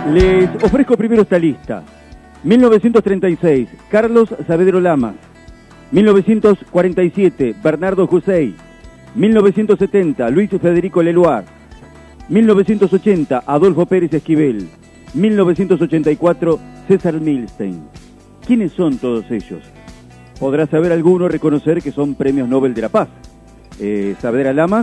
Les ofrezco primero esta lista. 1936, Carlos Saavedra Lamas. 1947, Bernardo Hussein. 1970, Luis Federico Leloir. 1980, Adolfo Pérez Esquivel. 1984, César Milstein. ¿Quiénes son todos ellos? Podrá saber alguno reconocer que son premios Nobel de la Paz. Saavedra Lamas,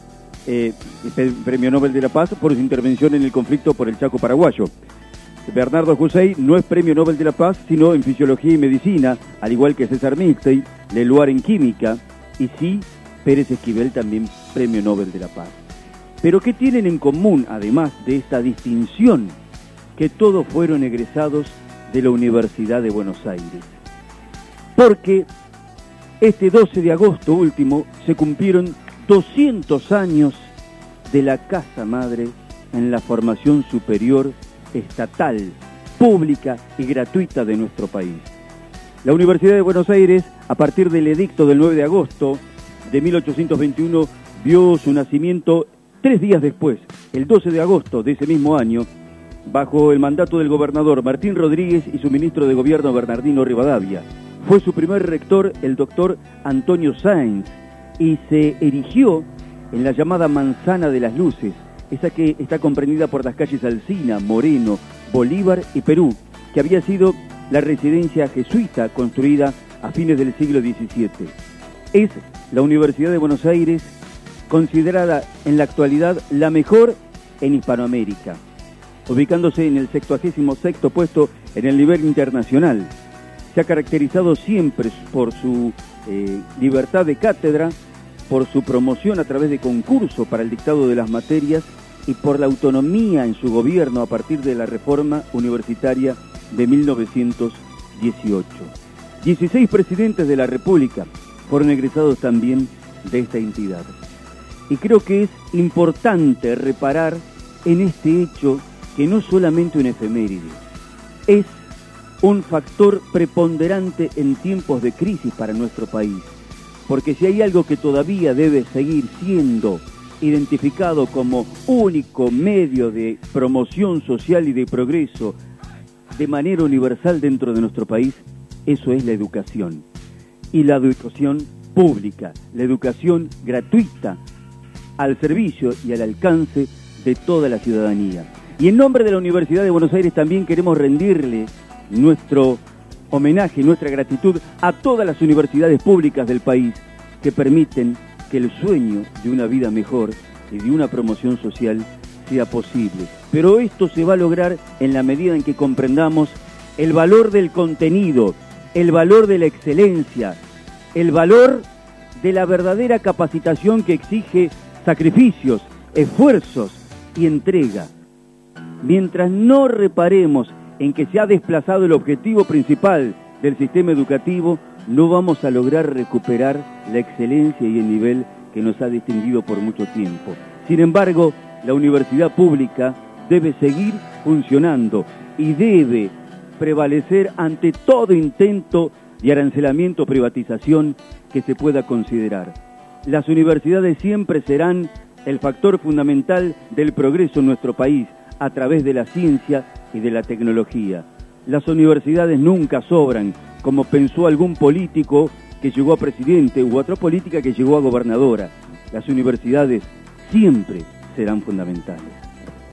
Premio Nobel de la Paz por su intervención en el conflicto por el Chaco paraguayo. Bernardo Hussein no es Premio Nobel de la Paz, sino en Fisiología y Medicina, al igual que César Milstein, Leloir en Química, y sí, Pérez Esquivel también Premio Nobel de la Paz. Pero ¿qué tienen en común, además de esta distinción? Que todos fueron egresados de la Universidad de Buenos Aires. Porque este 12 de agosto último se cumplieron 200 años de la Casa Madre en la formación superior estatal, pública y gratuita de nuestro país. La Universidad de Buenos Aires, a partir del edicto del 9 de agosto de 1821, vio su nacimiento 3 días después, el 12 de agosto de ese mismo año, bajo el mandato del gobernador Martín Rodríguez y su ministro de gobierno Bernardino Rivadavia. Fue su primer rector el doctor Antonio Sáenz y se erigió en la llamada Manzana de las Luces, esa que está comprendida por las calles Alsina, Moreno, Bolívar y Perú, que había sido la residencia jesuita construida a fines del siglo XVII. Es la Universidad de Buenos Aires considerada en la actualidad la mejor en Hispanoamérica, ubicándose en el 76º puesto en el nivel internacional. Se ha caracterizado siempre por su libertad de cátedra, por su promoción a través de concurso para el dictado de las materias y por la autonomía en su gobierno a partir de la reforma universitaria de 1918. 16 presidentes de la República fueron egresados también de esta entidad. Y creo que es importante reparar en este hecho que no solamente una efeméride, es un factor preponderante en tiempos de crisis para nuestro país. Porque si hay algo que todavía debe seguir siendo identificado como único medio de promoción social y de progreso de manera universal dentro de nuestro país, eso es la educación. Y la educación pública, la educación gratuita, al servicio y al alcance de toda la ciudadanía. Y en nombre de la Universidad de Buenos Aires también queremos rendirle nuestro homenaje, nuestra gratitud a todas las universidades públicas del país que permiten que el sueño de una vida mejor y de una promoción social sea posible. Pero esto se va a lograr en la medida en que comprendamos el valor del contenido, el valor de la excelencia, el valor de la verdadera capacitación que exige sacrificios, esfuerzos y entrega. Mientras no reparemos en que se ha desplazado el objetivo principal del sistema educativo, no vamos a lograr recuperar la excelencia y el nivel que nos ha distinguido por mucho tiempo. Sin embargo, la universidad pública debe seguir funcionando y debe prevalecer ante todo intento de arancelamiento o privatización que se pueda considerar. Las universidades siempre serán el factor fundamental del progreso en nuestro país a través de la ciencia y de la tecnología. Las universidades nunca sobran, como pensó algún político que llegó a presidente u otra política que llegó a gobernadora. Las universidades siempre serán fundamentales.